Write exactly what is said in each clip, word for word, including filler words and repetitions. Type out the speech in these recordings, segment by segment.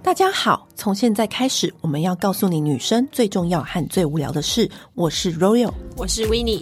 大家好，从现在开始我们要告诉你女生最重要和最无聊的事。我是 Royal， 我是 Winnie。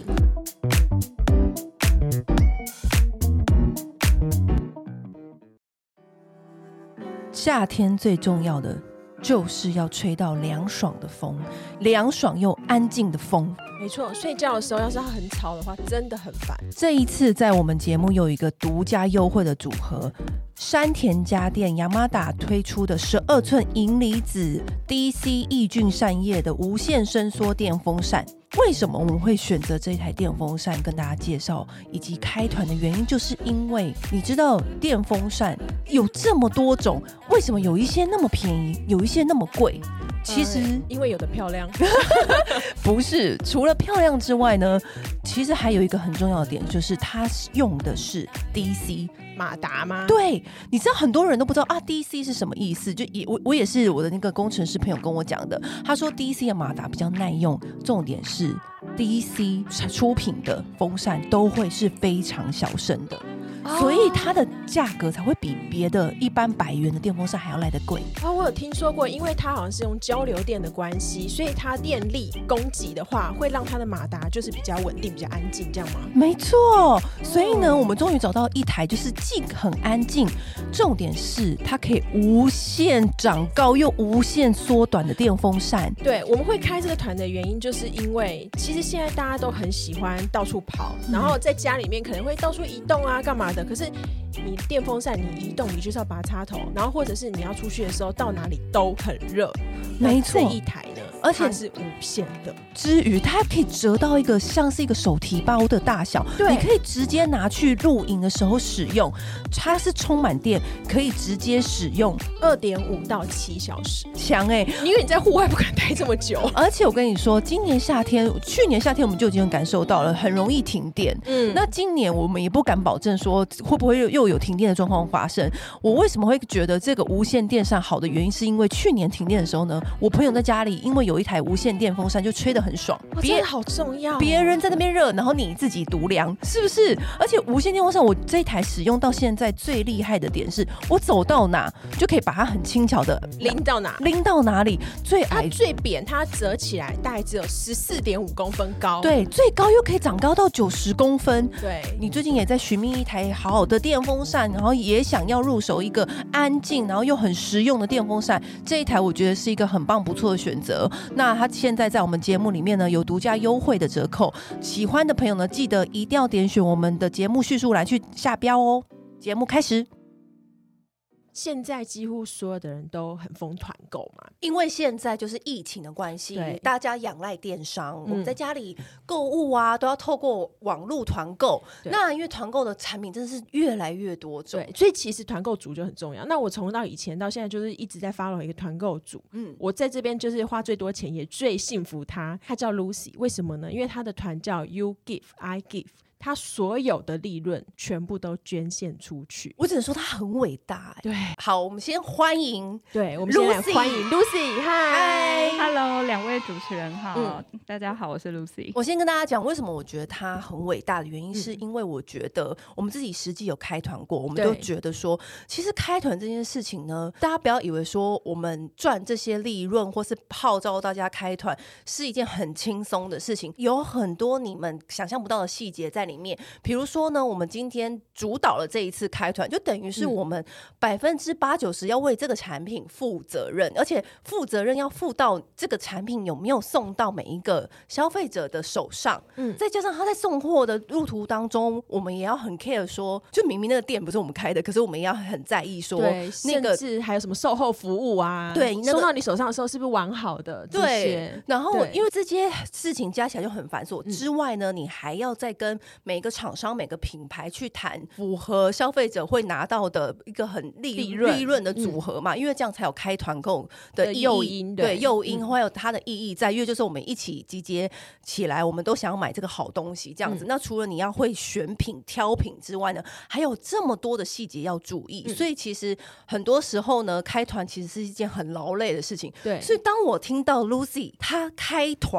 夏天最重要的就是要吹到凉爽的风，凉爽又安静的风。 没错，睡觉的时候要是它很吵的话真的很烦。 这一次在我们节目有一个独家优惠的组合，山田家电 Yamada 推出的十二寸银离子 D C 抑菌扇叶的无线伸缩电风扇。为什么我们会选择这一台电风扇跟大家介绍以及开团的原因，就是因为你知道电风扇有这么多种，为什么有一些那么便宜，有一些那么贵？其实、 呃、因为有的漂亮不是，除了漂亮之外呢，其实还有一个很重要的点，就是它用的是 D C 马达吗？ 对，你知道很多人都不知道啊 D C 是什么意思，就也 我, 我也是我的那个工程师朋友跟我讲的，他说 D C 的马达比较耐用，重点是 D C 出品的风扇都会是非常小声的，所以它的价格才会比别的一般百元的电风扇还要来得贵。 哦，我有听说过，因为它好像是用交流电的关系，所以它电力供给的话，会让它的马达就是比较稳定、比较安静，这样吗？ 没错，所以呢，我们终于找到一台就是既很安静，重点是它可以无限长高又无限缩短的电风扇。 对，我们会开这个团的原因，就是因为其实现在大家都很喜欢到处跑，然后在家里面可能会到处移动啊，干嘛的。可是你电风扇你移动，你就是要拔插头，然后或者是你要出去的时候，到哪里都很热。 没错， 这一台呢，而且是无线的， 之余它可以折到一个像是一个手提包的大小， 对， 你可以直接拿去露营的时候使用。它是充满电，可以直接使用二点五到七小时， 强哎、欸！ 因为你在户外不敢待这么久， 而且我跟你说，今年夏天、去年夏天我们就已经感受到了，很容易停电。嗯，那今年我们也不敢保证说会不会又有停电的状况发生。我为什么会觉得这个无线电扇好的原因，是因为去年停电的时候呢，我朋友在家里因为有一台无线电风扇就吹得很爽， 哇，真的好重要、哦。 别人在那边热，然后你自己独凉，是不是？而且无线电风扇我这一台使用到现在最厉害的点是，我走到哪就可以把它很轻巧的拎到哪， 拎到哪里。最矮、 它最扁，它折起来大概只有十四点五公分高， 对，最高又可以长高到九十公分。 对， 你最近也在寻觅一台好好的电风扇，然后也想要入手一个安静，然后又很实用的电风扇，这一台我觉得是一个很棒不错的选择。那它现在在我们节目里面呢有独家优惠的折扣，喜欢的朋友呢记得一定要点选我们的节目叙述栏去下标哦。节目开始。 现在几乎所有的人都很疯团购嘛， 因为现在就是疫情的关系，大家仰赖电商、嗯、我们在家里购物啊都要透过网络团购，那因为团购的产品真的是越来越多种， 对，所以其实团购组就很重要。那我从到以前到现在就是一直在 follow 一个团购组，嗯，我在这边就是花最多钱也最幸福他，他叫 Lucy， 为什么呢？因为他的团叫 You Give I Give，他所有的利润全部都捐献出去， 我只能说他很伟大、欸。 对， 好，我们先欢迎， 对，我们先来欢迎 Lucy， 嗨 ，Hello， 两位主持人好、嗯，大家好，我是 Lucy。 我先跟大家讲，为什么我觉得他很伟大的原因，是因为我觉得我们自己实际有开团过，我们都觉得说，其实开团这件事情呢，大家不要以为说我们赚这些利润或是号召大家开团是一件很轻松的事情，有很多你们想象不到的细节在里面。比如说呢，我们今天主导了这一次开团，就等于是我们百分之八九十要为这个产品负责任，而且负责任要负到这个产品有没有送到每一个消费者的手上。嗯，再加上他在送货的路途当中，我们也要很 care 说，就明明那个店不是我们开的，可是我们也要很在意说， 对， 那个甚至还有什么售后服务啊， 对，那个、 送到你手上的时候是不是完好的？ 对，然后因为这些事情加起来就很繁琐、嗯、之外呢，你还要再跟每个厂商、每个品牌去谈符合消费者会拿到的一个很利润利润的组合嘛、嗯，因为这样才有开团购的诱因， 对诱因、嗯、会有它的意义在，因为就是我们一起集结起来，我们都想要买这个好东西，这样子。嗯、那除了你要会选品、挑品之外呢，还有这么多的细节要注意、嗯，所以其实很多时候呢，开团其实是一件很劳累的事情。对，所以当我听到 Lucy 她开团。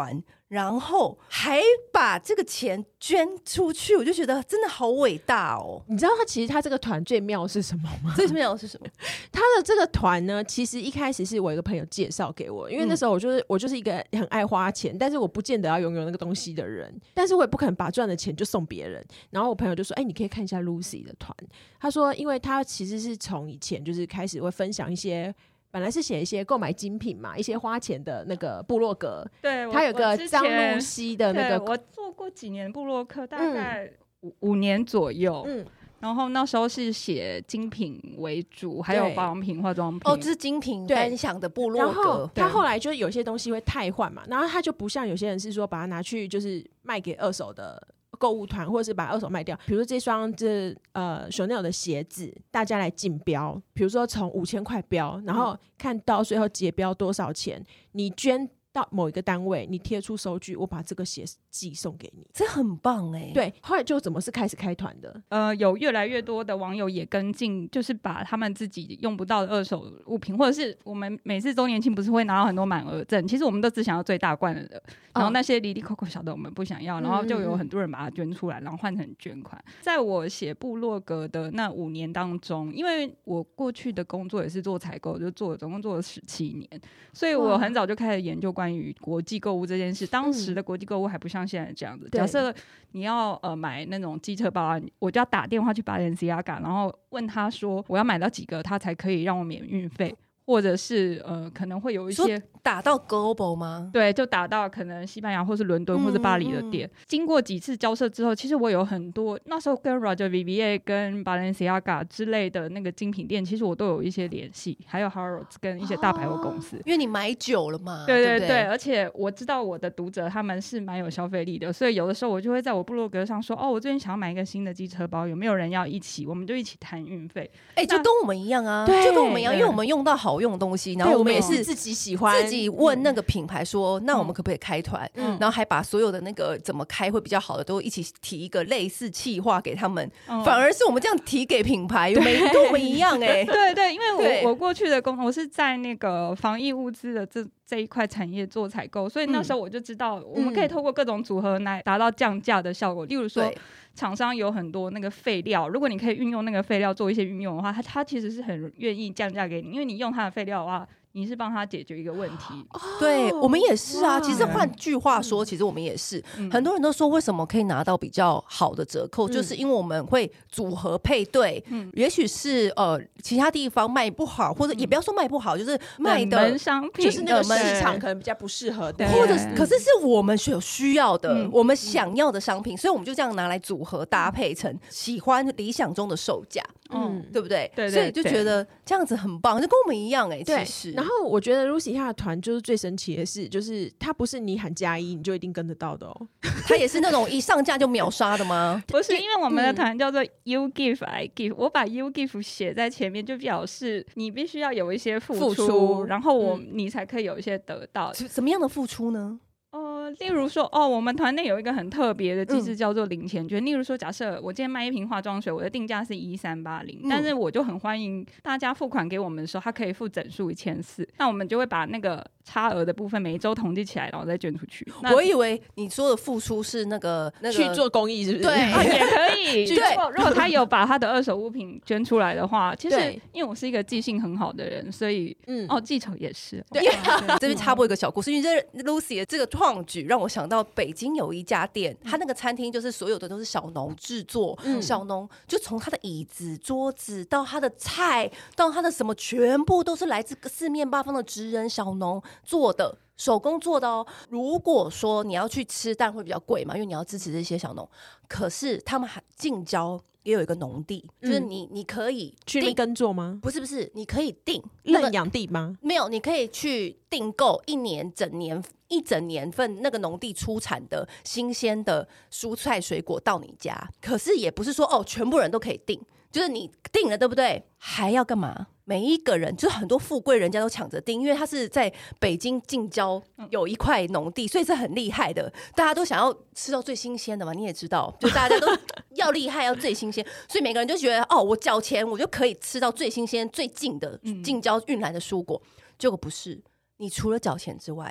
然后还把这个钱捐出去，我就觉得真的好伟大哦。 你知道他其实他这个团最妙是什么吗？ 最妙是什么？ 他的这个团呢，其实一开始是我一个朋友介绍给我，因为那时候我就是、嗯、我就是一个很爱花钱，但是我不见得要拥有那个东西的人，但是我也不可能把赚的钱就送别人。然后我朋友就说：“哎、欸，你可以看一下 Lucy 的团。”他说，因为他其实是从以前就是开始会分享一些。本来是写一些购买精品嘛，一些花钱的那个部落格， 对， 他有个张露西的那个， 我做过几年部落客，大概五、嗯、五年左右，嗯，然后那时候是写精品为主，还有保养品、化妆品， 哦，这是精品分享的部落格。 他后来就是有些东西会汰换嘛，然后他就不像有些人是说把它拿去就是卖给二手的购物团，或者是把二手卖掉。比如说这双这呃 Chanel 的鞋子，大家来竞标，比如说从五千块标，然后看到最后结标多少钱，你捐到某一个单位，你贴出收据，我把这个鞋寄送给你， 这很棒哎、欸。 对，后来就怎么是开始开团的？ 呃，有越来越多的网友也跟进，就是把他们自己用不到的二手物品，或者是我们每次周年庆不是会拿到很多满额赠，其实我们都只想要最大罐的，然后那些哩哩扣扣小的我们不想要，然后就有很多人把它捐出来，然后换成捐款。在我写部落格的那五年当中，因为我过去的工作也是做采购，就做了总共做了十七年，所以我很早就开始研究关于国际购物这件事。当时的国际购物还不像现在这样子，假设你要呃买那种机车包啊，我就要打电话去 Balenciaga， 然后问他说我要买到几个，他才可以让我免运费。或者是呃，可能会有一些打到 global 吗？ 对，就打到可能西班牙或是伦敦或是巴黎的店。嗯嗯、经过几次交涉之后，其实我有很多那时候跟 Roger Vivier 跟 Balenciaga 之类的那个精品店，其实我都有一些联系，还有 Harrods 跟一些大百货公司、哦。 因为你买久了嘛。 对对对, 对，而且我知道我的读者他们是蛮有消费力的，所以有的时候我就会在我部落格上说，哦，我最近想要买一个新的机车包，有没有人要一起？我们就一起谈运费。 哎、欸，就跟我们一样啊，就跟我们一样，因为我们用到好用的东西，然后我们也是自己喜欢， 自己问那个品牌说，嗯、那我们可不可以开团？嗯，然后还把所有的那个怎么开会比较好的都一起提一个类似企划给他们，嗯、反而是我们这样提给品牌，每跟我们一样哎、欸。 对对，因为我我过去的工我是在那个防疫物资的这这一块产业做采购，所以那时候我就知道，我们可以透过各种组合来达到降价的效果。例如说，厂商有很多那个废料，如果你可以运用那个废料做一些运用的话，它它其实是很愿意降价给你，因为你用它的废料的话。你是帮他解决一个问题， 哦、对我们也是啊。其实换句话说，其实我们也是、嗯、很多人都说为什么可以拿到比较好的折扣，嗯、就是因为我们会组合配对。嗯，也许是呃其他地方卖不好，或者也不要说卖不好，就是卖的冷门商品， 就是那个市场可能比较不适合的， 或者可是是我们有需要的、嗯、我们想要的商品，所以我们就这样拿来组合搭配成喜欢理想中的售价。嗯，对不对？ 对对对， 所以就觉得这样子很棒，就跟我们一样哎、欸。其实， 然后我觉得 Lucy 她的团就是最神奇的是，就是她不是你喊加一你就一定跟得到的哦， 她也是那种一上架就秒杀的吗？ 不是，因为我们的团叫做 You Give I Give，、嗯、我把 You Give 写在前面，就表示你必须要有一些付出， 付出然后我、嗯、你才可以有一些得到。 什么样的付出呢？ 呃，例如说，哦，我们团内有一个很特别的机制，叫做零钱券。嗯、例如说，假设我今天卖一瓶化妆水，我的定价是一三八零，但是我就很欢迎大家付款给我们的时候，他可以付整数一千四，那我们就会把那个差额的部分每一周统计起来，然后再捐出去。 我以为你说的付出是那个那个去做公益，是不是？ 对， 啊、也可以。对，如果他有把他的二手物品捐出来的话，其实因为我是一个记性很好的人，所以嗯，哦，记仇也是。 对，哦、这边插播一个小故事，因为这 Lucy 的这个创举让我想到北京有一家店，他、嗯、那个餐厅就是所有的都是小农制作，嗯、小农就从他的椅子、桌子到他的菜，到他的什么，全部都是来自四面八方的职人小农做的。手工做的哦。如果说你要去吃，但会比较贵嘛，因为你要支持这些小农。可是他们还近郊也有一个农地，嗯、就是你你可以去那耕作吗？ 不是不是，你可以订认养地吗？ 没有，你可以去订购一年整年一整年份那个农地出产的新鲜的蔬菜水果到你家。可是也不是说哦，全部人都可以订，就是你订了对不对？还要干嘛？每一个人就是很多富贵人家都抢着订，因为他是在北京近郊有一块农地，所以是很厉害的。大家都想要吃到最新鲜的嘛，你也知道，就大家都要厉害，要最新鲜，所以每个人就觉得哦，我缴钱我就可以吃到最新鲜、最近的近郊运来的蔬果。结果不是，你除了缴钱之外，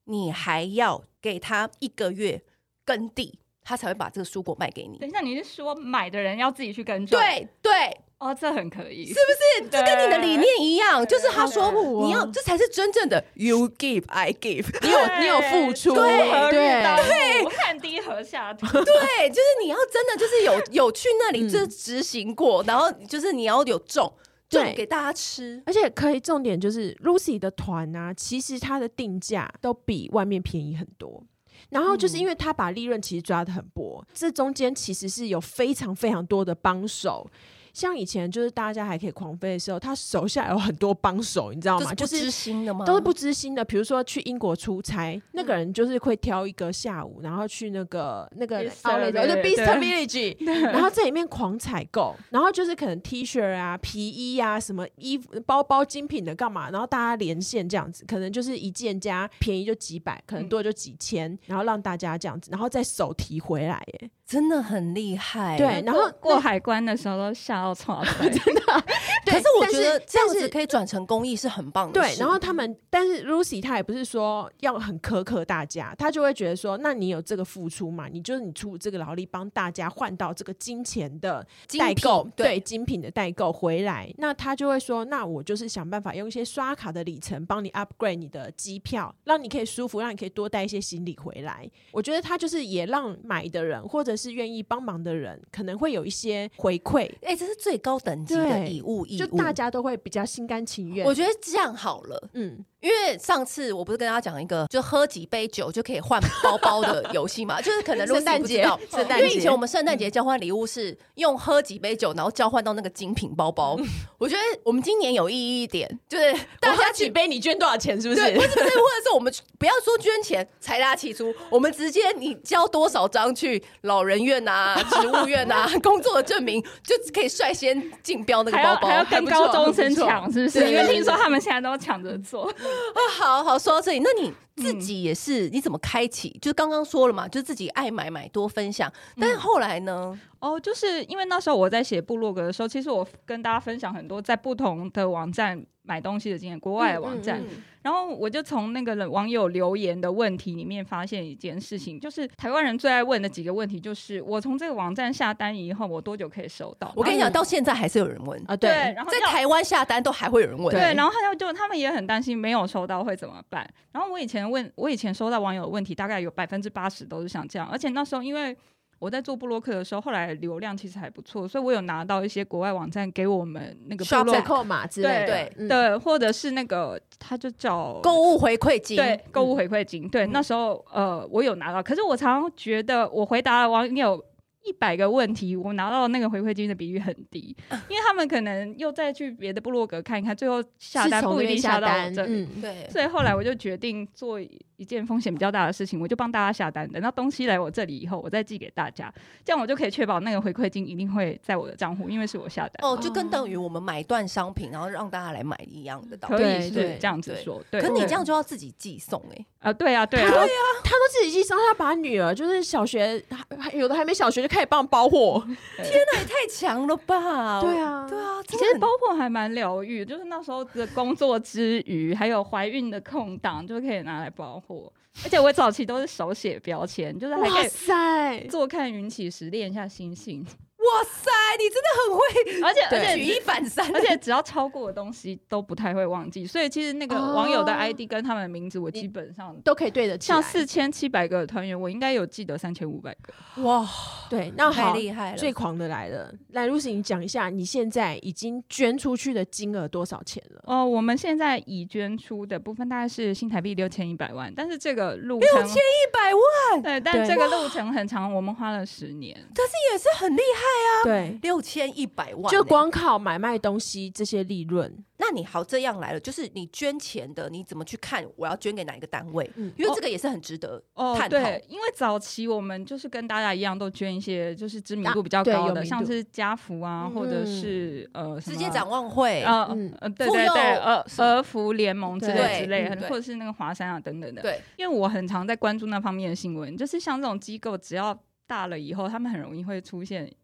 你还要给他一个月耕地，他才会把这个蔬果卖给你。 等一下，你是说买的人要自己去耕种？ 对对。 哦，这很可以， 是不是？这跟你的理念一样，就是他说你要，这才是真正的 you give I give， 你有你有付出， 对对对，汗滴禾下土， 对，就是你要真的就是有有去那里就执行过，然后就是你要有种种给大家吃， 而且可以重点就是 Lucy 的团啊，其实它的定价都比外面便宜很多。然后就是因为他把利润其实抓得很薄，嗯、这中间其实是有非常非常多的帮手。像以前就是大家还可以狂飞的时候，他手下有很多帮手，你知道吗？ 就是不知心的吗？ 都是不知心的。比如说去英国出差，嗯、那个人就是会挑一个下午，然后去那个那个 outlet 就 Bicester Village， 然后在里面狂采购，然后就是可能 T 恤啊、皮衣啊、什么衣服、包包精品的干嘛，然后大家连线这样子，可能就是一件加便宜就几百，可能多就几千，嗯、然后让大家这样子，然后再手提回来，耶， 真的很厉害。 对，然后过海关的时候都吓到超真的。 可是我觉得这样子可以转成公益是很棒的事。 对，然后他们，但是 Lucy 她也不是说要很苛刻大家，她就会觉得说，那你有这个付出嘛？你就是你出这个劳力帮大家换到这个金钱的代购，对, 对精品的代购回来，那他就会说，那我就是想办法用一些刷卡的里程帮你 upgrade 你的机票，让你可以舒服，让你可以多带一些行李回来。我觉得他就是也让买的人或者是愿意帮忙的人可能会有一些回馈。 哎、欸，这是最高等级的以物易物， 就大家都会比较心甘情愿。 我觉得这样好了，嗯，因为上次我不是跟大家讲一个，就喝几杯酒就可以换包包的游戏嘛，就是可能圣诞节，圣诞节，因为以前我们圣诞节交换礼物是用喝几杯酒，然后交换到那个精品包包。嗯、我觉得我们今年有意义一点，就是大家几杯你捐多少钱，是不是？ 对，不是不是，或者是我们不要说捐钱财大气粗，我们直接你交多少张去老人院啊、植物院啊工作的证明，就可以率先竞标那个包包， 还要跟高中生抢，是不是？因为听说他们现在都抢着做。 啊，好好，说到这里，那你自己也是、嗯、你怎么开启？就是刚刚说了嘛，就是自己爱买买多分享，但是后来呢？ 嗯哦，就是因为那时候我在写部落格的时候，其实我跟大家分享很多在不同的网站买东西的经验，国外的网站，嗯嗯嗯然后我就从那个网友留言的问题里面发现一件事情，就是台湾人最爱问的几个问题，就是我从这个网站下单以后，我多久可以收到？ 我跟你讲，到现在还是有人问啊，对， 然后在台湾下单都还会有人问， 对，然后他就他们也很担心没有收到会怎么办。然后我以前问，我以前收到网友的问题，大概有百分之八十都是像这样，而且那时候因为我在做部落客的时候，后来流量其实还不错，所以我有拿到一些国外网站给我们那个部落扣码之类的， 对、 嗯、对，或者是那个它就叫购物回馈金， 对，购物回馈金，嗯、对，那时候呃我有拿到，可是我常常觉得我回答了网友一百个问题，我拿到那个回馈金的比率很低，因为他们可能又再去别的部落格看一看，最后下单不一定下到我这里， 嗯、对， 所以后来我就决定做一件风险比较大的事情，我就帮大家下单，等到东西来我这里以后，我再寄给大家，这样我就可以确保那个回馈金一定会在我的账户，因为是我下单。 哦，就跟等于我们买断商品，然后让大家来买一样的道理。 可以是这样子说，对。 可是你这样就要自己寄送哎、欸。 啊，对啊，对啊， 对啊，他都自己寄送，他把女儿就是小学，有的还没小学就开始帮包货， 天哪，也太强了吧！ 对啊， 对啊， 其实包货还蛮疗愈，就是那时候的工作之余，还有怀孕的空档，就可以拿来包货。而且我早期都是手写标签，就是还可以坐看云起时练一下心性。 哇塞，你真的很会， 而且而且举一反三， 而且只要超过的东西都不太会忘记，所以其实那个网友的 I D 跟他们的名字，我基本上都可以对得起来。 像四千七百个团员，我应该有记得三千五百个。 哇，对，那好， 太厉害了， 最狂的来了。来 ，Lucy， 你讲一下，你现在已经捐出去的金额多少钱了？ 哦，我们现在已捐出的部分大概是新台币六千一百万，但是这个路程六千一百万， 对，但这个路程很长，我们花了十年， 但是也是很厉害啊， 对。 六千一百万、欸， 就光靠买卖东西这些利润。 那你好，这样来了，就是你捐钱的，你怎么去看我要捐给哪一个单位？嗯、因为这个也是很值得探讨、哦。 对，因为早期我们就是跟大家一样，都捐一些就是知名度比较高的，啊、像是家福啊，嗯、或者是呃世界展望会啊，嗯、呃，对对对，呃，儿福联盟之类之类，或者是那个华山啊等等的。 对， 因为我很常在关注那方面的新闻，就是像这种机构，只要大了以后，他们很容易会出现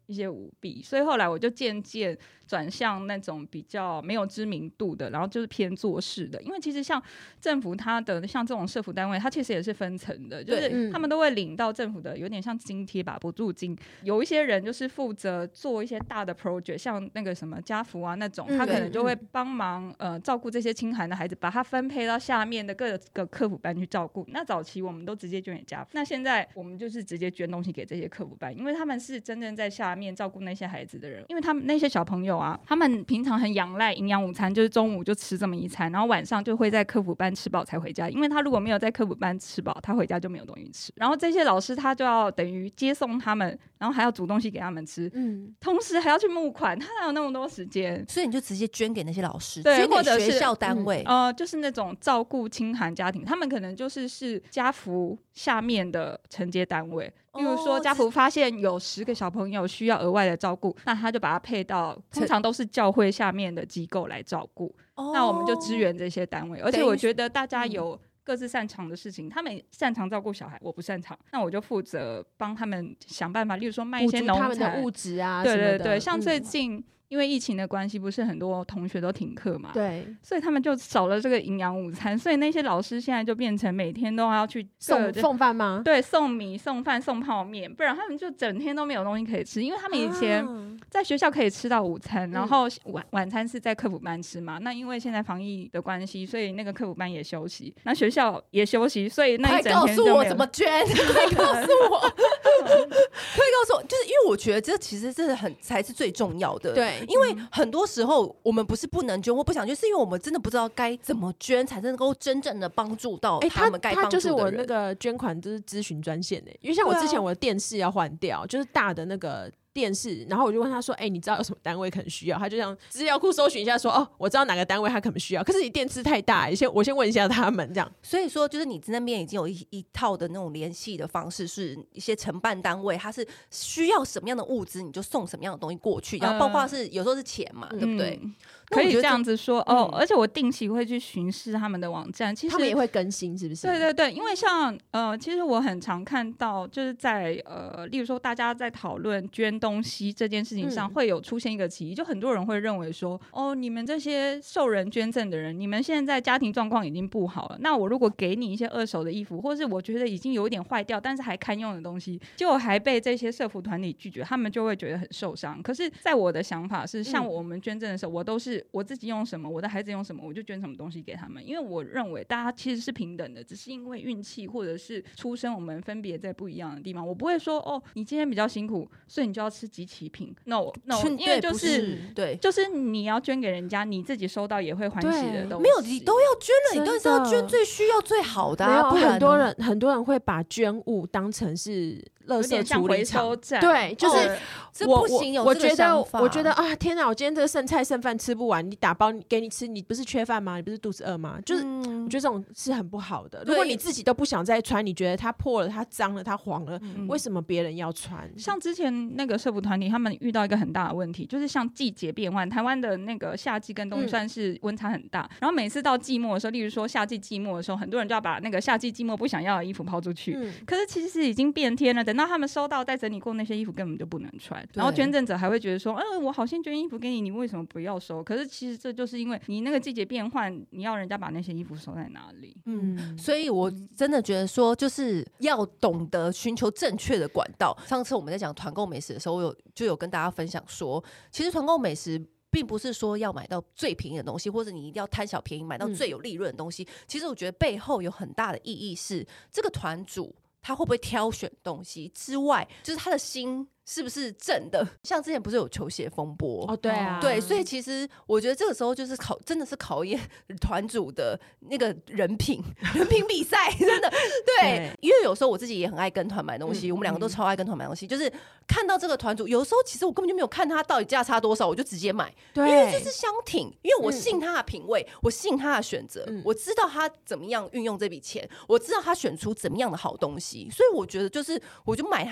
一些舞弊，所以后来我就渐渐转向那种比较没有知名度的，然后就是偏做事的。因为其实像政府它的像这种社福单位，它其实也是分层的，就是他们都会领到政府的有点像津贴吧，补助金。有一些人就是负责做一些大的 project， 像那个什么家福啊那种，他可能就会帮忙呃照顾这些清寒的孩子，把他分配到下面的各个客服班去照顾。那早期我们都直接捐给家福，那现在我们就是直接捐东西给这些客服班，因为他们是真正在下面照顾那些孩子的人。因为他们那些小朋友啊，他们平常很仰赖营养午餐，就是中午就吃这么一餐，然后晚上就会在客服班吃饱才回家，因为他如果没有在客服班吃饱，他回家就没有东西吃。然后这些老师他就要等于接送他们，然后还要煮东西给他们吃，嗯，同时还要去募款，他哪有那么多时间？ 所以你就直接捐给那些老师， 对， 捐给或者是学校单位， 嗯、呃，就是那种照顾清寒家庭，他们可能就是是家福下面的承接单位。例如说家福发现有十个小朋友需要额外的照顾，那他就把他配到通常都是教会下面的机构来照顾，哦、那我们就支援这些单位。而且我觉得大家有各自擅长的事情，他们擅长照顾小孩，我不擅长，那我就负责帮他们想办法，例如说卖一些农产， 他们的物质啊， 对对对，像最近、嗯因为疫情的关系，不是很多同学都停课嘛， 对， 所以他们就少了这个营养午餐，所以那些老师现在就变成每天都要去送送饭吗？ 对，送米、送饭、送泡面，不然他们就整天都没有东西可以吃。因为他们以前在学校可以吃到午餐，啊、然后晚晚餐是在课辅班吃嘛。那因为现在防疫的关系，所以那个课辅班也休息，那学校也休息，所以那一整天就没有。 快告诉我怎么捐！快告诉我！快告诉我！就是因为我觉得这其实这很才是最重要的。 对。 因为很多时候我们不是不能捐或不想捐，是因为我们真的不知道该怎么捐才能够真正的帮助到他们该帮助的人。 他就是我那个捐款就是咨询专线的，因为像我之前我的电视要换掉，就是大的那个电视，然后我就问他说：“哎、欸，你知道有什么单位可能需要？”他就这样资料库搜寻一下说：“哦，我知道哪个单位他可能需要。”可是你电视太大，先我先问一下他们这样。 所以说，就是你那边已经有一一套的那种联系的方式，是一些承办单位，他是需要什么样的物资，你就送什么样的东西过去，然后包括是、嗯、有时候是钱嘛，嗯、对不对？ 可以这样子说哦，而且我定期会去巡视他们的网站，其实他们也会更新，是不是？ 对对对，因为像呃，其实我很常看到，就是在呃，例如说大家在讨论捐东西这件事情上，会有出现一个歧义，嗯、就很多人会认为说，哦，你们这些受人捐赠的人，你们现在家庭状况已经不好了，那我如果给你一些二手的衣服，或是我觉得已经有一点坏掉，但是还堪用的东西，结果还被这些社福团体拒绝，他们就会觉得很受伤。可是，在我的想法是，像我们捐赠的时候，我都是。我自己用什么，我的孩子用什么，我就捐什么东西给他们。因为我认为大家其实是平等的，只是因为运气或者是出生，我们分别在不一样的地方。我不会说哦，你今天比较辛苦，所以你就要吃集齐品。No No， 因为就是是, 对， 就是你要捐给人家，你自己收到也会欢喜的东西。 没有，你都要捐了，你都是要捐最需要最好的、啊。 不然很多人很多人会把捐物当成是垃圾处理场，对，就是、哦、 这不行。有我觉得， 我我觉得啊，天哪！我今天这个剩菜剩饭吃不完，你打包给你吃，你不是缺饭吗？你不是肚子饿吗？就是、嗯、我觉得这种是很不好的。如果你自己都不想再穿，你觉得它破了、它脏了、它黄了，嗯、为什么别人要穿？ 像之前那个社福团体，他们遇到一个很大的问题，就是像季节变换，台湾的那个夏季跟冬季算是温差很大。嗯、然后每次到季末的时候，例如说夏季季末的时候，很多人就要把那个夏季季末不想要的衣服抛出去。嗯、可是其实已经变天了，等到他们收到再整理过，那些衣服根本就不能穿。然后捐赠者还会觉得说：“嗯、呃，我好心捐衣服给你，你为什么不要收？”可是其实这就是因为你那个季节变换，你要人家把那些衣服收在哪里？ 嗯，所以我真的觉得说，就是要懂得寻求正确的管道。上次我们在讲团购美食的时候，我有就有跟大家分享说，其实团购美食并不是说要买到最便宜的东西，或者你一定要贪小便宜买到最有利润的东西。嗯、其实我觉得背后有很大的意义是，这个团主他会不会挑选东西之外，就是他的心是不是正的？像之前不是有球鞋风波哦，对啊， 对，所以其实我觉得这个时候就是考，真的是考验团主的那个人品，人品比赛，真的 对, 对。因为有时候我自己也很爱跟团买东西，嗯、我们两个都超爱跟团买东西，就是看到这个团主，有时候其实我根本就没有看他到底价差多少，我就直接买， 对， 因为就是相挺，因为我信他的品味，嗯、我信他的选择，嗯、我知道他怎么样运用这笔钱，我知道他选出怎么样的好东西，所以我觉得就是我就买他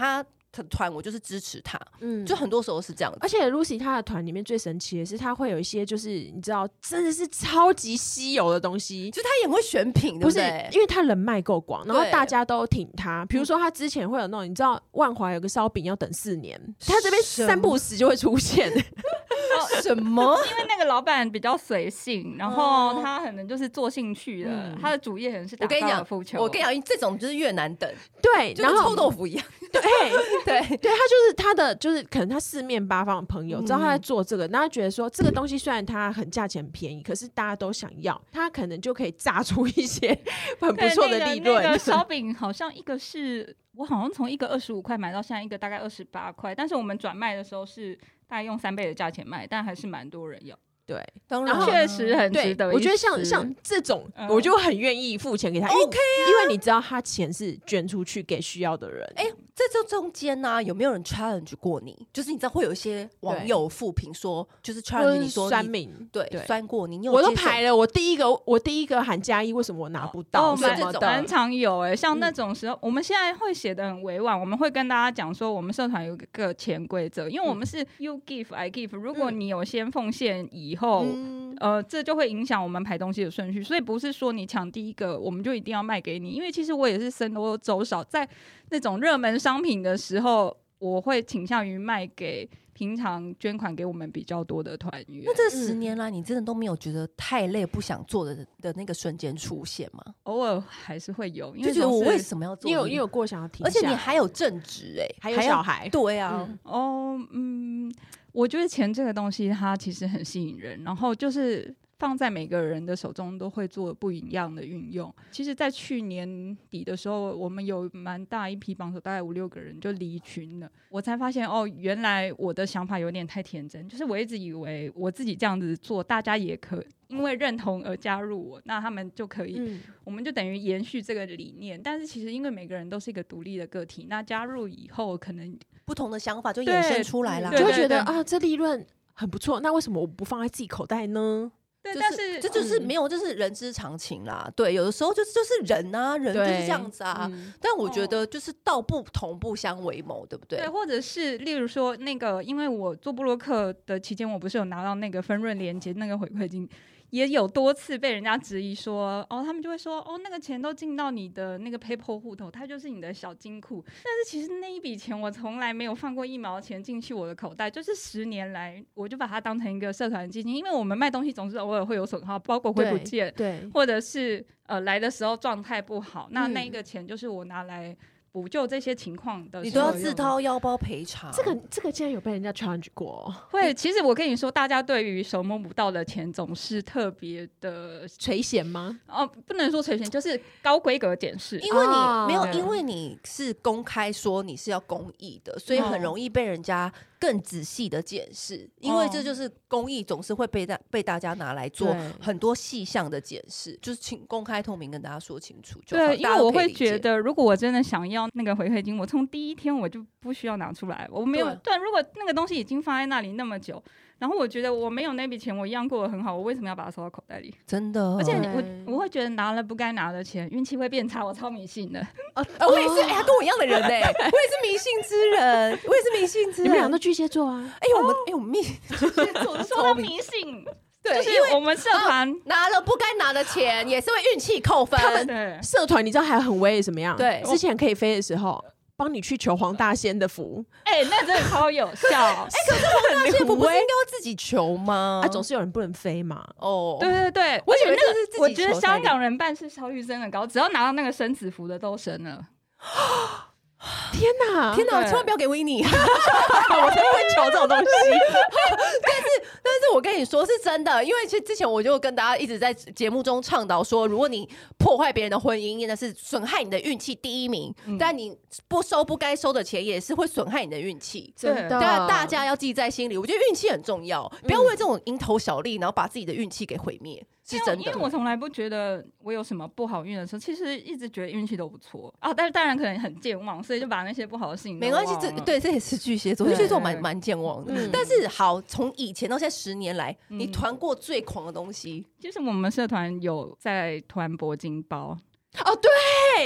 团我就是支持他，嗯，就很多时候是这样子。 而且 Lucy 她的团里面最神奇的是，她会有一些就是你知道，真的是超级稀有的东西， 就她也会选品，对不对？ 不是，因为她人脉够广，然后大家都挺她。比如说，她之前会有那种，你知道万华有个烧饼要等四年，她这边三不时就会出现。 什么？ 因为那个老板比较随性，然后他可能就是做兴趣的，嗯、他的主业可能是打高尔夫球。 我跟你讲，这种就是越难等， 对， 就跟臭豆腐一样。 对对对，他就是他的，就是可能他四面八方的朋友、嗯、知道他在做这个，然后他觉得说这个东西虽然它很价钱便宜，可是大家都想要，他可能就可以榨出一些很不错的利润。 那个烧饼好像一个是我好像从一个二十五块买到现在一个大概二十八块，但是我们转卖的时候是大概用三倍的价钱卖，但还是蛮多人要。 对， 当然确实很值得。 我觉得像像这种，嗯、我就很愿意付钱给他。OK 啊，因为你知道他钱是捐出去给需要的人。 哎、欸，在这中间呢、啊，有没有人 challenge 过你？就是你知道会有一些网友负评说，就是 challenge 你说酸民， 对对酸过你，你有我都排了。我第一个我第一个喊加一，为什么我拿不到？ 哦，蛮蛮常有哎、欸，像那种时候，嗯、我们现在会写的很委婉，我们会跟大家讲说，我们社团有一个潜规则，因为我们是 you give I give， 如果你有先奉献以后。嗯呃，这就会影响我们排东西的顺序，所以不是说你抢第一个我们就一定要卖给你，因为其实我也是僧多粥少，在那种热门商品的时候，我会倾向于卖给平常捐款给我们比较多的团员。 那这十年来，你真的都没有觉得太累、不想做的的那个瞬间出现吗？ 偶尔还是会有，因为就觉得我为什么要做、 這個？你有你有过想要停下， 而且你还有正职哎、欸， 还有小孩， 对啊， 嗯哦嗯。我觉得钱这个东西它其实很吸引人，然后就是放在每个人的手中都会做不一样的运用。其实在去年底的时候，我们有蛮大一批榜首，大概五六个人就离群了，我才发现哦，原来我的想法有点太天真，就是我一直以为我自己这样子做大家也可因为认同而加入我，那他们就可以、嗯、我们就等于延续这个理念。但是其实因为每个人都是一个独立的个体，那加入以后可能不同的想法就衍生出来了， 就会觉得啊，这利润很不错，那为什么我不放在自己口袋呢？ 对， 就是、 但是这就是没有，就是人之常情啦。对，有的时候就是就是人啊，人就是这样子啊。嗯、但我觉得就是道不同不相为谋，对不对？ 对，或者是例如说那个，因为我做部落客的期间，我不是有拿到那个分润连结那个回馈金。也有多次被人家质疑说，哦，他们就会说，哦，那个钱都进到你的那个 PayPal 户头，它就是你的小金库。但是其实那一笔钱我从来没有放过一毛钱进去我的口袋，就是十年来我就把它当成一个社团基金，因为我们卖东西总是偶尔会有损耗，包括会不见， 对， 或者是呃来的时候状态不好，那那一个钱就是我拿来补救这些情况的时候， 你都要自掏腰包赔偿。 这个这个竟然有被人家 challenge 过？ 会，其实我跟你说，大家对于手摸不到的钱总是特别的垂涎吗？ 哦，不能说垂涎，就是高规格检视。 因为你、哦、没有，因为你是公开说你是要公益的，所以很容易被人家更仔细的检视。因为这就是公益总是会被大被大家拿来做很多细项的检视，就是请公开透明跟大家说清楚就好。 对，因为我会觉得，如果我真的想要那个回馈金，我从第一天我就不需要拿出来，我没有 对, 对。如果那个东西已经放在那里那么久，然后我觉得我没有那笔钱，我一样过得很好，我为什么要把它收到口袋里？ 真的， 而且我我会觉得拿了不该拿的钱，运气会变差，我超迷信的。 哦，我也是，哎、欸，跟我一样的人哎、欸，我也是迷信之人，我也是迷信之人。 你们俩都巨蟹座啊？ 哎、欸，我们哎、欸，我们迷巨蟹座说到迷信。 对， 就是我们社团、啊、 拿了不该拿的钱，也是会运气扣分。 他们社团你知道还很威什么样？ 对， 之前可以飞的时候，帮你去求黄大仙的福。 哎、欸，那真的超有效。 哎、欸，可是黄大仙福不是应该要自己求吗？ 啊，总是有人不能飞嘛。 哦， 对对对， 我以为那个是自己求。 我觉得香港人办事效率真的高，只要拿到那个生子符的都生了。 天哪！ 天哪！千万不要给维尼，我才会求这种东西。 但是，但是我跟你说是真的，因为其实之前我就跟大家一直在节目中倡导说，如果你破坏别人的婚姻，那是损害你的运气第一名、嗯。但你不收不该收的钱，也是会损害你的运气。 真的， 大家要记在心里。我觉得运气很重要，不要为这种蝇头小利，然后把自己的运气给毁灭。是真的， 因为我从来不觉得我有什么不好运的时候，其实一直觉得运气都不错啊。但是当然可能很健忘，所以就把那些不好的事情没关系。这对这也是巨蟹座，巨蟹座蛮蛮健忘的、嗯。但是好，从以前到现在十年来，嗯、你团过最狂的东西， 就是我们社团有在团铂金包哦，对。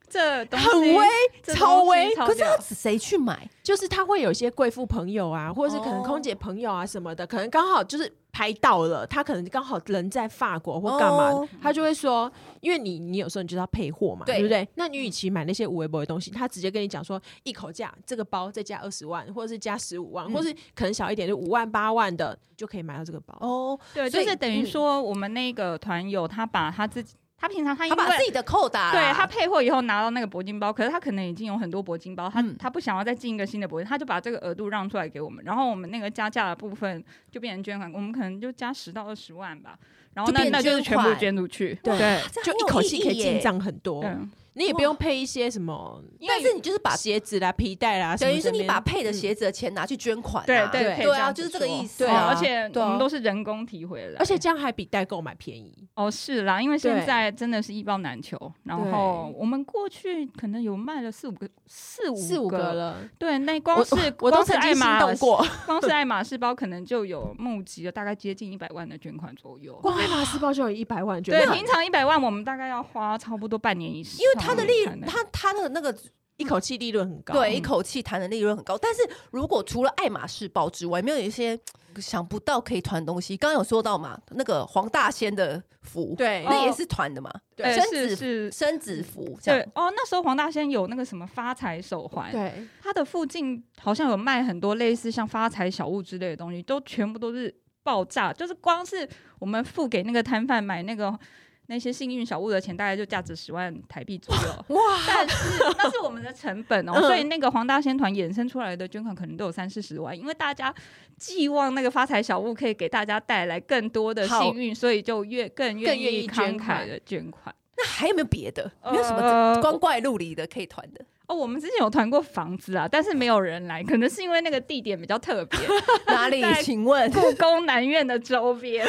这东西很威，超威。 可是要谁去买？ 就是他会有一些贵妇朋友啊，或者是可能空姐朋友啊什么的，哦、可能刚好就是拍到了，他可能刚好人在法国或干嘛、哦，他就会说，因为你你有时候你就是要配货嘛， 对, 对不对？那你与其买那些无微博的东西，他直接跟你讲说，一口价这个包再加二十万，或者是加十五万、嗯，或是可能小一点就五万八万的，就可以买到这个包。 哦，对，就是等于说我们那个团友他把他自己。他平常他因为他把自己的扣打， 对他配货以后拿到那个铂金包，可是他可能已经有很多铂金包，他、嗯、他不想要再进一个新的铂金，他就把这个额度让出来给我们，然后我们那个加价的部分就变成捐款，我们可能就加十到二十万吧，然后那就那就是全部捐出去，对， 对就一口气可以进账很多。你也不用配一些什么， 但是你就是把鞋子啦、皮带啦， 等于是你把配的鞋子的钱拿去捐款、啊， 对对对啊，就是这个意思、啊。 对啊，而且我们都是人工提回来， 而且这样还比代购买便宜。 哦，是啦，因为现在真的是一包难求。然后我们过去可能有卖了四五个、四五个、 四五个了。 对，那光是我, 我都曾经心动过， 光是爱马仕包可能就有募集了大概接近一百万的捐款左右。 光爱马仕包就有一百万捐款， 对，平常一百万我们大概要花差不多半年以上， 因为它的利它。他的那个一口气利润很高， 对，一口气谈的利润很高。但是如果除了爱马仕包之外，没有一些想不到可以团的东西，刚刚有说到嘛，那个黄大仙的服， 对， 那也是团的嘛， 对， 生子是生子服， 对哦。那时候黄大仙有那个什么发财手环， 对， 它的附近好像有卖很多类似像发财小物之类的东西，都全部都是爆炸，就是光是我们付给那个摊贩买那个。那些幸运小物的钱大概就价值十万台币左右，哇！但是那是我们的成本哦、喔嗯，所以那个黄大仙团衍生出来的捐款可能都有三四十万，因为大家寄望那个发财小物可以给大家带来更多的幸运，所以就越更愿意慷慨的捐款。 那还有没有别的？没有什么光怪陆离的可以团的？ 哦，我们之前有团过房子啊，但是没有人来，可能是因为那个地点比较特别。 哪里？请问故宫南院的周边，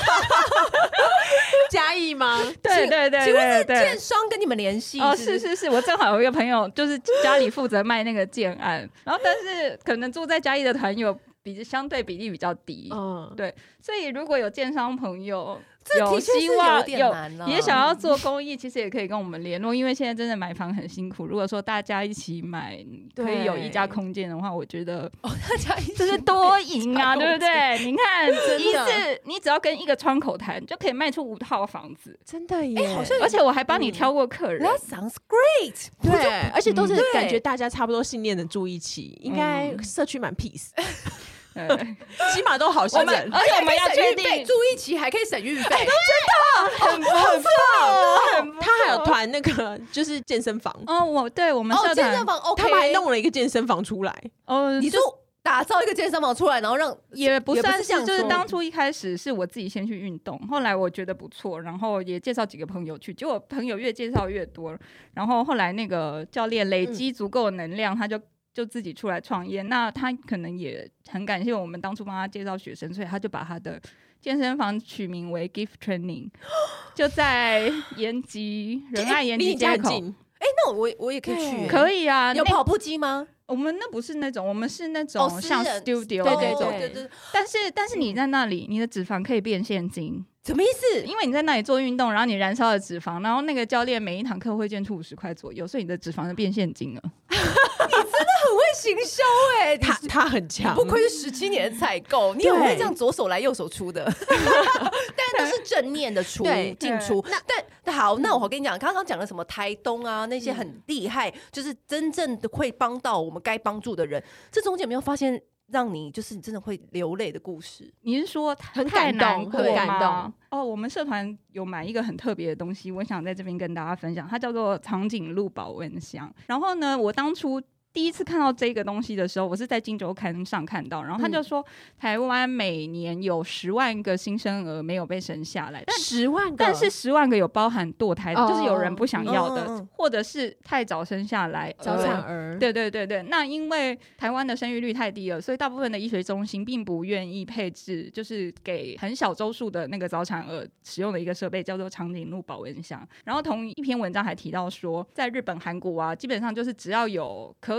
嘉义吗？ 对对对， 请问是建商跟你们联系？ 哦，是是是，我正好有一个朋友，就是家里负责卖那个建案，然后但是可能住在嘉义的团友比相对比例比较低，嗯，对，所以如果有建商朋友。有希望 有, 有也想要做公益，其实也可以跟我们联络，因为现在真的买房很辛苦。如果说大家一起买，可以有一家空间的话，我觉得哦，大家一起这是多赢啊，对不对？你看，一次你只要跟一个窗口谈，就可以卖出五套房子， 真的耶！ 欸、好像而且我还帮你挑过客人、 嗯、，That sounds great。 对，而且都是感觉大家差不多信念的住一起，应该社区蛮 peace。起码都好心人， 而且我们要确定住一起还可以省运费， 真的很不错。 他还有团那个就是健身房哦，我对我们社团、 哦、健身房 OK， 他们还弄了一个健身房出来。 哦， 你说打造一个健身房出来，然后让也不算是，是就是当初一开始是我自己先去运动，后来我觉得不错，然后也介绍几个朋友去，结果朋友越介绍越多，然后后来那个教练累积足够的能量，嗯、他就。就自己出来创业，那他可能也很感谢我们当初帮他介绍学生，所以他就把他的健身房取名为 Gift Training， 就在延吉仁爱延吉街口。哎、 欸，那我我也可以去， 可以啊。 有跑步机吗？ 我们那不是那种，我们是那种像 studio 那种、 哦，对对对。但是但是你在那里，你的脂肪可以变现金。 什么意思？ 因为你在那里做运动，然后你燃烧了脂肪，然后那个教练每一堂课会捐出五十块左右，所以你的脂肪就变现金了。 你真的很会行销哎、欸， 他他很强， 不愧是十七年的采购，你很会这样左手来右手出的，但都是正念的出进出。那但好，那我跟你讲，刚刚讲的什么台东啊，那些很厉害，嗯、就是真正的会帮到我们该帮助的人，这中间有没有发现？让你就是你真的会流泪的故事？ 你是说很感动，很感动哦？我们社团有买一个很特别的东西，我想在这边跟大家分享，它叫做长颈鹿保温箱。然后呢，我当初第一次看到这个东西的时候，我是在《今周刊》上看到，然后他就说、嗯、台湾每年有十万个新生儿没有被生下来，但十万个， 但是十万个有包含堕胎的、哦，就是有人不想要的， 嗯、 或者是太早生下来早产儿。 对对对对，那因为台湾的生育率太低了，所以大部分的医学中心并不愿意配置，就是给很小周数的那个早产儿使用的一个设备，叫做长颈鹿保温箱。然后同一篇文章还提到说，在日本、韩国啊，基本上就是只要有可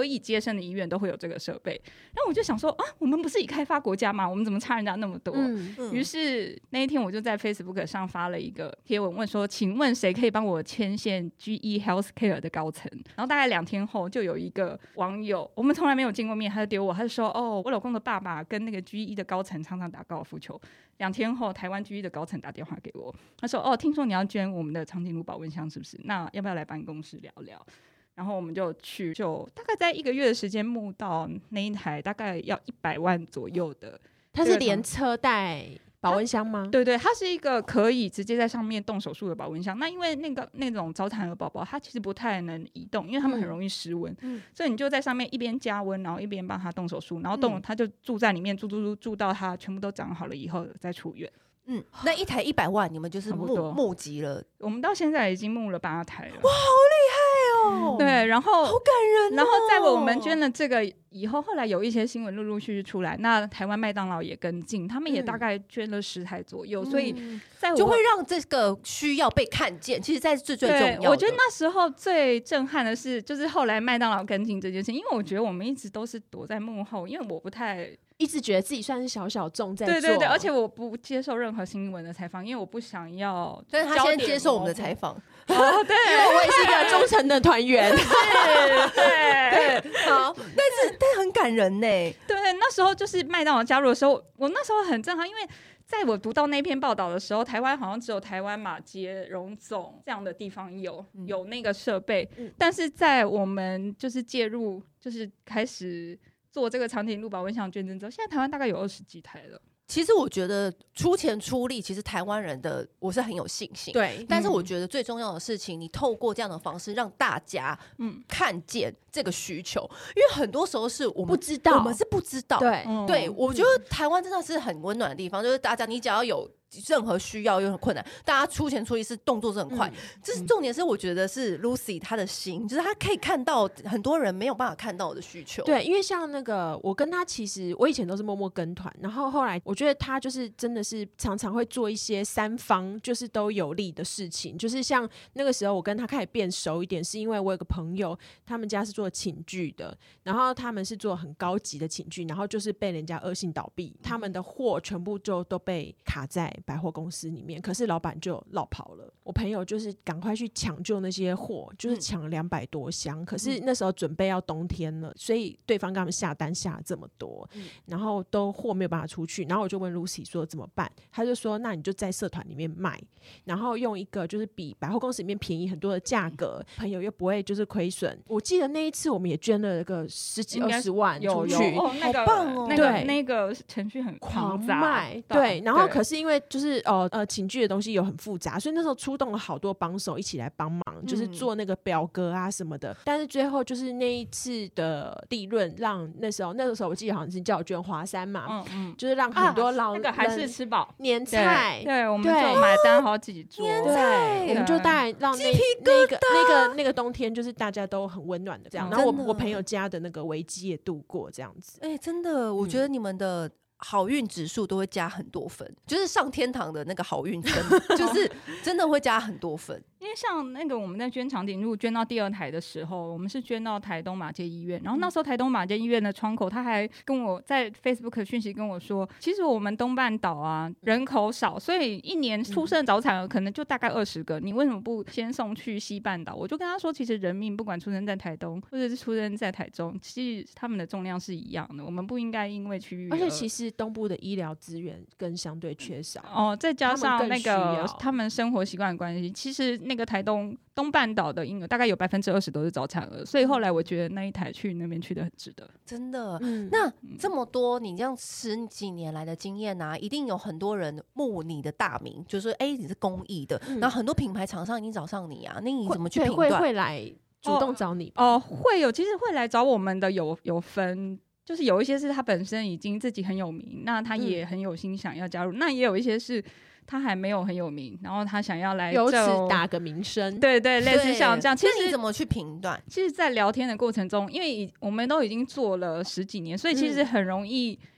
可以接生的医院都会有这个设备。然后我就想说啊，我们不是已开发国家吗？我们怎么差人家那么多？嗯嗯、于是那一天我就在 Facebook 上发了一个贴文，问说，请问谁可以帮我牵线 G E Healthcare 的高层？然后大概两天后，就有一个网友，我们从来没有见过面，他就丢我，他就说，哦，我老公的爸爸跟那个 G E 的高层常常打高尔夫球。两天后，台湾 G E 的高层打电话给我，他说，哦，听说你要捐我们的长颈鹿保温箱，是不是？那要不要来办公室聊聊？然后我们就去，就大概在一个月的时间募到那一台大概要一百万左右的。 它是连车带保温箱吗？ 对对，它是一个可以直接在上面动手术的保温箱。那因为那个那种早产儿宝宝，他其实不太能移动，因为他们很容易失温，嗯、所以你就在上面一边加温，然后一边帮他动手术，然后动、嗯、他就住在里面，住住住住到他全部都长好了以后再出院。 嗯，那一台一百万，你们就是募募集了， 我们到现在已经募了八台了。 哇，好厉害哦！ 对，然后好感人、哦。 然后在我们捐了这个以后，后来有一些新闻陆陆续续出来，那台湾麦当劳也跟进，他们也大概捐了十台左右，嗯、所以在我就会让这个需要被看见。其实，在最最重要的， 我觉得那时候最震撼的是，就是后来麦当劳跟进这件事，因为我觉得我们一直都是躲在幕后，因为我不太。 一直觉得自己算是小小众在做， 对对对，而且我不接受任何新闻的采访，因为我不想要。 但是他先接受我们的采访， 哦，对，因为我也是一个忠诚的团员， 对对对，好，但是但很感人呢。 对，那时候就是麦当劳加入的时候，我那时候很震撼，因为在我读到那篇报道的时候，台湾好像只有台湾马偕荣总这样的地方有、嗯、有那个设备、嗯，但是在我们就是介入，就是开始。做这个长颈鹿保温箱捐赠之后，现在台湾大概有二十几台了。 其实我觉得出钱出力，其实台湾人的我是很有信心。 对， 但是我觉得最重要的事情，你透过这样的方式让大家嗯看见这个需求，因为很多时候是我们不知道， 我们是不知道。 对， 嗯、对，我觉得台湾真的是很温暖的地方，就是大家你只要有。任何需要又很困难，大家出钱出力是动作是很快，嗯、这是重点是我觉得是 Lucy 她的心，就是她可以看到很多人没有办法看到的需求。 对，因为像那个我跟她其实我以前都是默默跟团，然后后来我觉得她就是真的是常常会做一些三方就是都有利的事情，就是像那个时候我跟她开始变熟一点，是因为我有个朋友他们家是做寝具的，然后他们是做很高级的寝具，然后就是被人家恶性倒闭，他们的货全部就都被卡在百货公司里面，可是老板就落跑了。我朋友就是赶快去抢救那些货，就是抢了两百多箱、嗯，可是那时候准备要冬天了，所以对方跟他们下单下了这么多、嗯，然后都货没有办法出去。然后我就问 Lucy 说怎么办，他就说那你就在社团里面卖，然后用一个就是比百货公司里面便宜很多的价格，嗯、朋友又不会就是亏损。我记得那一次我们也捐了个十几二十万出去， 哦，那个、 好棒哦！ 那个那个程序很狂卖，对，然后可是因为就是呃呃寝具的东西有很复杂，所以那时候出动了好多帮手一起来帮忙、嗯，就是做那个表格啊什么的。但是最后就是那一次的利润，让那时候那个时候我记得好像是叫我捐华山嘛，嗯嗯，就是让很多老人、 啊、那个还是吃饱年菜， 对，对我们就买单好几桌， 对，我们就大概让那那个那个那个冬天就是大家都很温暖的这样。嗯、然后我我朋友家的那个危机也度过这样子。 哎、欸，真的，我觉得你们的。好运指数都会加很多分，就是上天堂的那个好运分，就是真的会加很多分。 因为像那个我们在捐长颈鹿捐到第二台的时候，我们是捐到台东马偕医院，然后那时候台东马偕医院的窗口他还跟我在 Facebook 讯息跟我说，其实我们东半岛啊人口少，所以一年出生的早产儿可能就大概二十个，你为什么不先送去西半岛？我就跟他说，其实人命不管出生在台东或者是出生在台中，其实他们的重量是一样的，我们不应该因为区域， 而且其实东部的医疗资源更相对缺少哦，再加上那个他们生活习惯的关系，其实那个台东东半岛的婴儿大概有百分之二十都是早产儿，所以后来我觉得那一台去那边去的很值得， 真的。嗯、那这么多你这样十几年来的经验啊，一定有很多人慕你的大名，就是哎、欸、你是公益的、嗯，然后很多品牌厂商已经找上你啊，那你怎么去评断？ 会会来主动找你哦、呃，会有，其实会来找我们的有有分。就是有一些是他本身已经自己很有名，那他也很有心想要加入、嗯、那也有一些是他还没有很有名，然后他想要来由此打个名声， 对对，类似像这样。其实你怎么去评断？ 其实在聊天的过程中，因为我们都已经做了十几年，所以其实很容易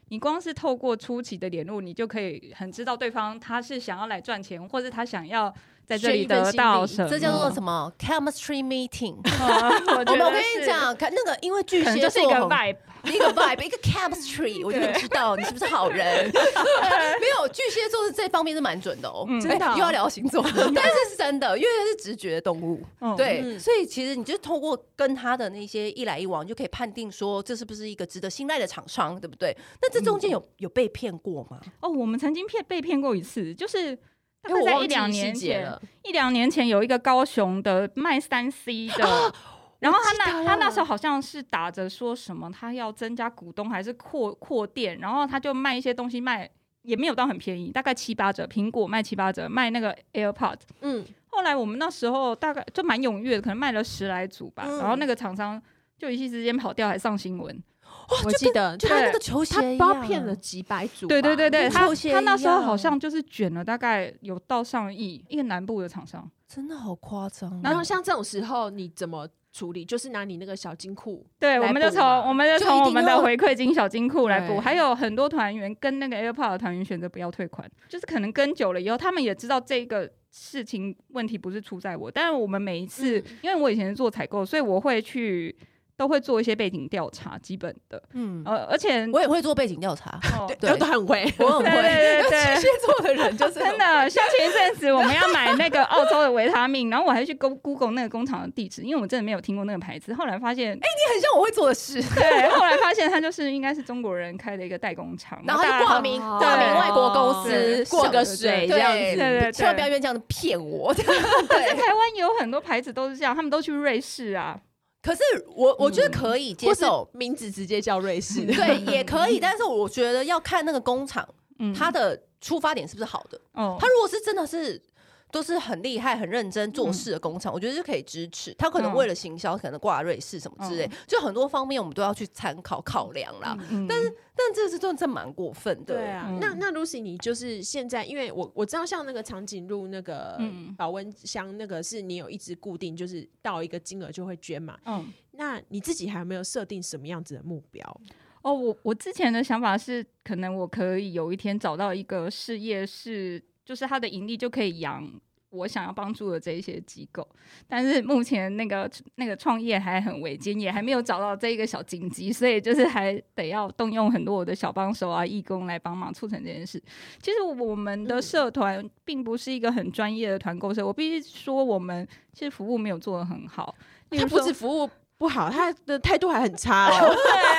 你光是透过初期的联络，你就可以很知道对方他是想要来赚钱，或者他想要在这里得到什么， 这叫做什么 chemistry meeting 、 哦、我, 我, 我跟你讲，那个因为巨蟹座就是一个 vibe， 一个 vibe， 一个 chemistry， 我就很知道你是不是好人。没有，巨蟹座是这方面是蛮准的哦，嗯、真的、哦欸、又要聊星座，但是是真的，因为它是直觉动物，嗯、对、嗯，所以其实你就透过跟他的那些一来一往，你就可以判定说这是不是一个值得信赖的厂商，对不对？那这中间有、嗯、有被骗过吗？ 哦，我们曾经骗被骗过一次，就是大概在一两年前，一两年前有一个高雄的卖三 C 的。啊，然后他那他那时候好像是打着说什么他要增加股东还是扩扩店，然后他就卖一些东西，卖也没有到很便宜，大概七八折，苹果卖七八折，卖那个 AirPods， 嗯，后来我们那时候大概就蛮踊跃的，可能卖了十来组吧，嗯、然后那个厂商就一夕之间跑掉，还上新闻。 哦、我记得就他那个球鞋一样， 他包骗了几百组， 对对对对，他他那时候好像就是卷了大概有到上亿，一个南部的厂商， 真的好夸张。 然后像这种时候你怎么处理？就是拿你那个小金库， 对，我们就从我们就从我们的回馈金小金库来补。还有很多团员跟那个 AirPods 的团员选择不要退款，就是可能跟久了以后，他们也知道这个事情问题不是出在我，但是我们每一次，嗯、因为我以前是做采购，所以我会去。都会做一些背景调查，基本的，嗯，呃，而且我也会做背景调查， 哦、对，都很会， 我很会， 对对对对， 巨蟹座的人就是真的。像前一阵子我们要买那个澳洲的维他命，然后我还去 Google 那个工厂的地址，因为我真的没有听过那个牌子。后来发现，哎、欸， 你很像我会做的事。 对，后来发现他就是应该是中国人开的一个代工厂， 然后他就挂名挂名外国公司， 过个水这样子， 对对对， 千万不要因为这样子骗我。对， 在台湾也有很多牌子都是这样，他们都去瑞士啊。 可是我我觉得可以接受， 嗯、名字直接叫瑞士， 对，也可以。但是我觉得要看那个工厂，嗯、它的出发点是不是好的。哦，它如果是真的是都是很厉害、很认真做事的工厂，嗯、我觉得是可以支持。他可能为了行销，嗯、可能挂瑞士什么之类，嗯、就很多方面我们都要去参考考量啦。嗯、但是，但这是真的蛮过分的。 对啊，嗯、那那 Lucy， 你就是现在，因为我我知道像那个长颈鹿那个保温箱，那个是你有一直固定，就是到一个金额就会捐嘛。嗯，那你自己还有没有设定什么样子的目标？ 哦，我我之前的想法是，可能我可以有一天找到一个事业是，就是它的盈利就可以养我想要帮助的这一些机构，但是目前那个那个创业还很维艰，也还没有找到这一个小金鸡，所以就是还得要动用很多我的小帮手啊、义工来帮忙促成这件事。其实我们的社团并不是一个很专业的团购社，我必须说我们其实服务没有做得很好。 他不是服务不好，他的态度还很差哦。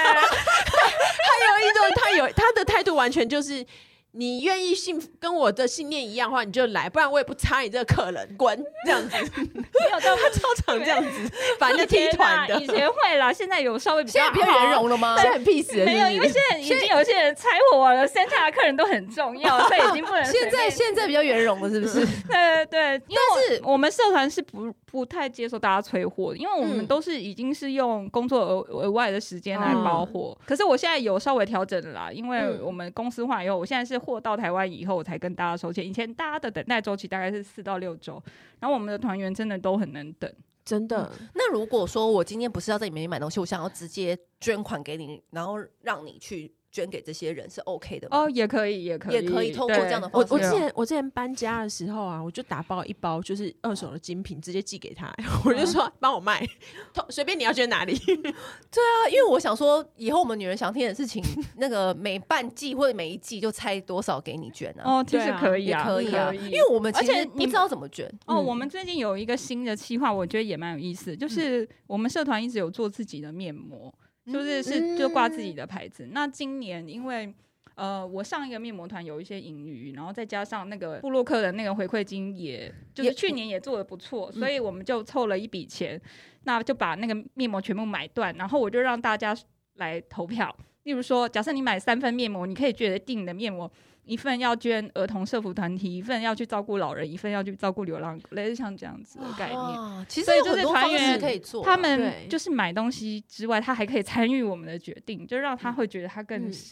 他有一种，他有他的态度完全就是。你愿意信跟我的信念一样的话，你就来，不然我也不插你这个客人，滚这样子。 没有到他超常这样子，反正踢团的。 以前会啦，现在有稍微比较好， 现在比较圆融了吗？ 现在很 peace 了， 没有，因为现在已经有些人拆火了，线下的客人都很重要，所以已经不能。 现在现在比较圆融了，是不是？ 对对对，因为我们社团是不不太接受大家催货的，因为我们都是已经是用工作额额外的时间来包货。嗯、可是我现在有稍微调整了啦，因为我们公司化以后，我现在是货到台湾以后我才跟大家收钱。以前大家的等待周期大概是四到六周，然后我们的团员真的都很能等， 真的。 嗯、那如果说我今天不是要在里面买东西，我想要直接捐款给你，然后让你去捐给这些人是 OK 的吗？ 哦，也可以，也可以， 也可以透过这样的方式。 我我之前我之前搬家的时候啊，我就打包一包就是二手的精品，直接寄给他，我就说帮我卖，随便你要捐哪里。 对啊，因为我想说，以后我们女人想听的事情，那个每半季或者每一季就猜多少给你捐啊。 哦，其实可以啊， 也可以啊，因为我们其实不知道怎么捐。 哦，嗯、我们最近有一个新的企划，我觉得也蛮有意思，就是我们社团一直有做自己的面膜。就是是就挂自己的牌子。嗯、那今年因为呃我上一个面膜团有一些盈余，然后再加上那个部落客的那个回馈金也，就是去年也做得不错，所以我们就凑了一笔钱，那就把那个面膜全部买断，然后我就让大家来投票。例如说，假设你买三份面膜，你可以决定你的面膜。一份要捐儿童社福团体，一份要去照顾老人，一份要去照顾流浪狗，类似像这样子的概念。 其实有很多方式可以做， 他们就是买东西之外，他还可以参与我们的决定，就让他会觉得他更是、嗯、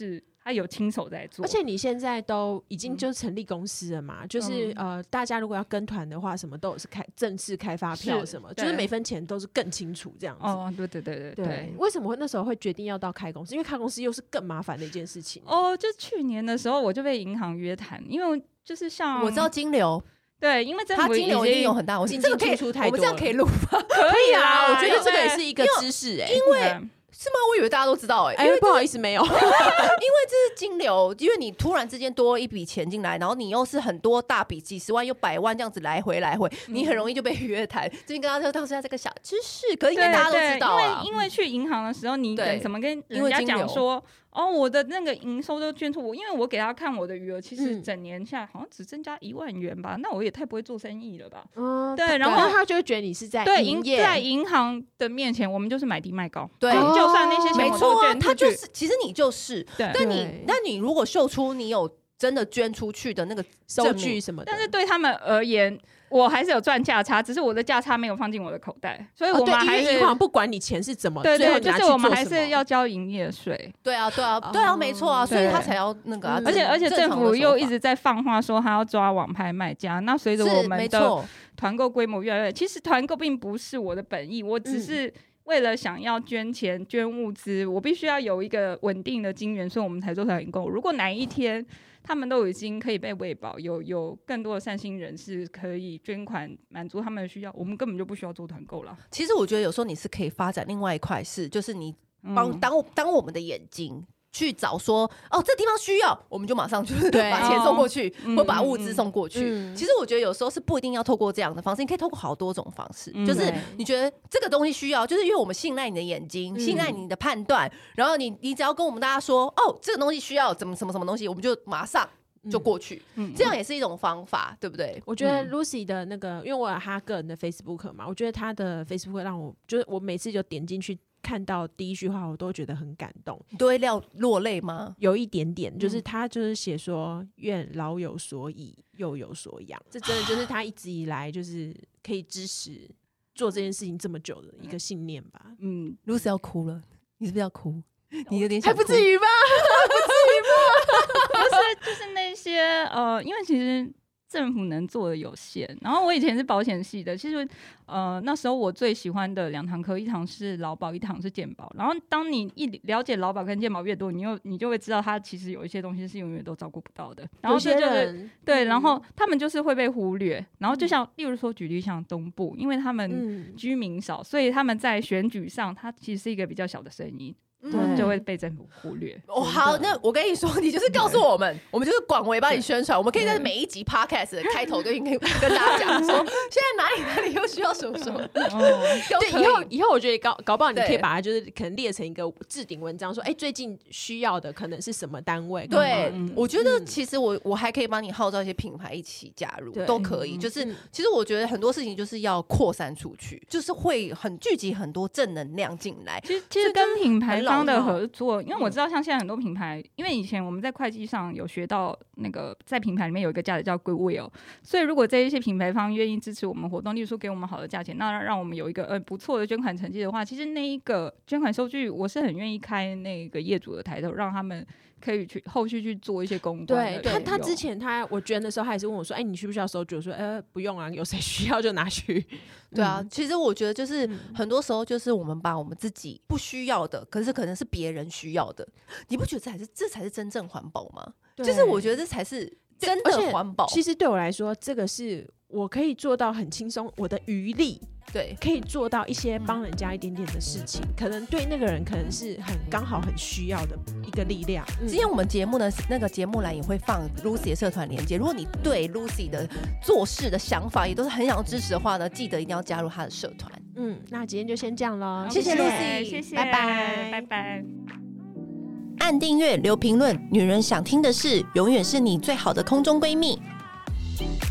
他有亲手在做。 而且你现在都已经就成立公司了嘛，嗯、就是、嗯、呃，大家如果要跟团的话，什么都有是开正式开发票什么，就是每分钱都是更清楚这样子。 哦，对对对对 对, 对。 为什么那时候会决定要到开公司？因为开公司又是更麻烦的一件事情。 哦，就去年的时候我就被银行约谈，因为就是像我知道金流。 对，因为政府他金流一定有很大，我进进出出太多了， 我们这样可以录吗？ 可以啊， 我觉得这个也是一个知识哎、欸， 因为是吗？我以为大家都知道哎、欸， 哎、欸，不好意思，没有，因为这是金流，因为你突然之间多一笔钱进来，然后你又是很多大笔几十万又百万这样子来回来回，嗯、你很容易就被约谈。最近跟他说到现在这个小知识，可是应该大家都知道啊。 因为因为去银行的时候，你跟怎么跟人家讲说？哦，我的那个营收都捐出我，因为我给他看我的余额，其实整年下来好像只增加一万元吧，嗯、那我也太不会做生意了吧？嗯，对，然后他就会觉得你是在对营业， 在银行的面前，我们就是买低卖高， 对， 就算那些钱我都捐出去， 没错啊，他就是其实你就是， 对， 但你那你如果秀出你有真的捐出去的那个收据什么的， 但是对他们而言。我还是有赚价差，只是我的价差没有放进我的口袋，所以我们还是、 哦、银行不管你钱是怎么， 对对， 就是我们还是要交营业税。 对啊，对啊，对啊，哦、没错啊，所以他才要那个、啊。 而且而且政府又一直在放话说他要抓网拍卖家，那随着我们的团购规模越来越，其实团购并不是我的本意，我只是为了想要捐钱捐物资，我必须要有一个稳定的金源，所以我们才做团购。如果哪一天他们都已经可以被喂饱，有有更多的善心人士可以捐款满足他们的需要，我们根本就不需要做团购了。 其实我觉得有时候你是可以发展另外一块事，就是你帮、嗯、当当我们的眼睛去找说哦这地方需要，我们就马上就是把钱送过去，哦、或把物资送过去、嗯。其实我觉得有时候是不一定要透过这样的方式，你可以透过好多种方式，嗯、就是你觉得这个东西需要，就是因为我们信赖你的眼睛，嗯、信赖你的判断，然后你你只要跟我们大家说哦这个东西需要怎么什么什么东西，我们就马上。就过去、嗯，这样也是一种方法，对不对？ 我觉得 Lucy 的那个，因为我有她个人的 Facebook 嘛，我觉得她的 Facebook 让我，就是我每次就点进去看到第一句话，我都觉得很感动。 你都会落落泪吗？ 有一点点，就是她就是写说，愿老有所以，幼有所养，这真的就是她一直以来就是可以支持做这件事情这么久的一个信念吧。 嗯 ，Lucy 要哭了，你是不是要哭？你有点想还不至于吧？不至于吧？不是，就是那些呃，因为其实政府能做的有限。然后我以前是保险系的，其实呃那时候我最喜欢的两堂课，一堂是劳保，一堂是健保。然后当你一了解劳保跟健保越多，你又你就会知道它其实有一些东西是永远都照顾不到的。然后这就是对，然后他们就是会被忽略。然后就像、嗯、例如说举例像东部，因为他们居民少，所以他们在选举上，它其实是一个比较小的声音。嗯、就会被政府忽略。 哦，好，那我跟你说，你就是告诉我们，我们就是广为帮你宣传。我们可以在每一集 podcast 的开头跟跟跟大家讲说，现在哪里哪里又需要什么什么。哦、 对，以后以后我觉得搞搞不好你可以把它就是可能列成一个置顶文章，说，哎、欸，最近需要的可能是什么单位？ 对，嗯、我觉得其实我我还可以帮你号召一些品牌一起加入，都可以。就是、嗯、其实我觉得很多事情就是要扩散出去，就是会很聚集很多正能量进来。 其实其实跟品牌方的合作，因为我知道像现在很多品牌，因为以前我们在会计上有学到那个在品牌里面有一个价值叫 goodwill， 所以如果这一些品牌方愿意支持我们活动，例如说给我们好的价钱，那让我们有一个呃不错的捐款成绩的话，其实那一个捐款收据我是很愿意开那个业主的抬头，让他们可以去后续去做一些公关。 对他，他之前他我捐的时候，他也是问我说：“哎、欸，你需不需要收据？”我说：“呃，不用啊，有谁需要就拿去。” 对啊，嗯、其实我觉得就是很多时候就是我们把我们自己不需要的，可是可能是别人需要的，你不觉得这才是这才是真正环保吗？就是我觉得这才是真的环保。 其实对我来说，这个是我可以做到很轻松，我的余力。 对， 可以做到一些帮人家一点点的事情，嗯、可能对那个人可能是很刚好很需要的一个力量。 嗯、今天我们节目呢，那个节目栏也会放 Lucy 的社团连结。如果你对 Lucy 的做事的想法也都是很想要支持的话呢，记得一定要加入她的社团。 嗯，那今天就先这样咯， 谢谢 Lucy， 谢谢， 拜拜， 拜拜。 按订阅，留评论，女人想听的事，永远是你最好的空中闺蜜。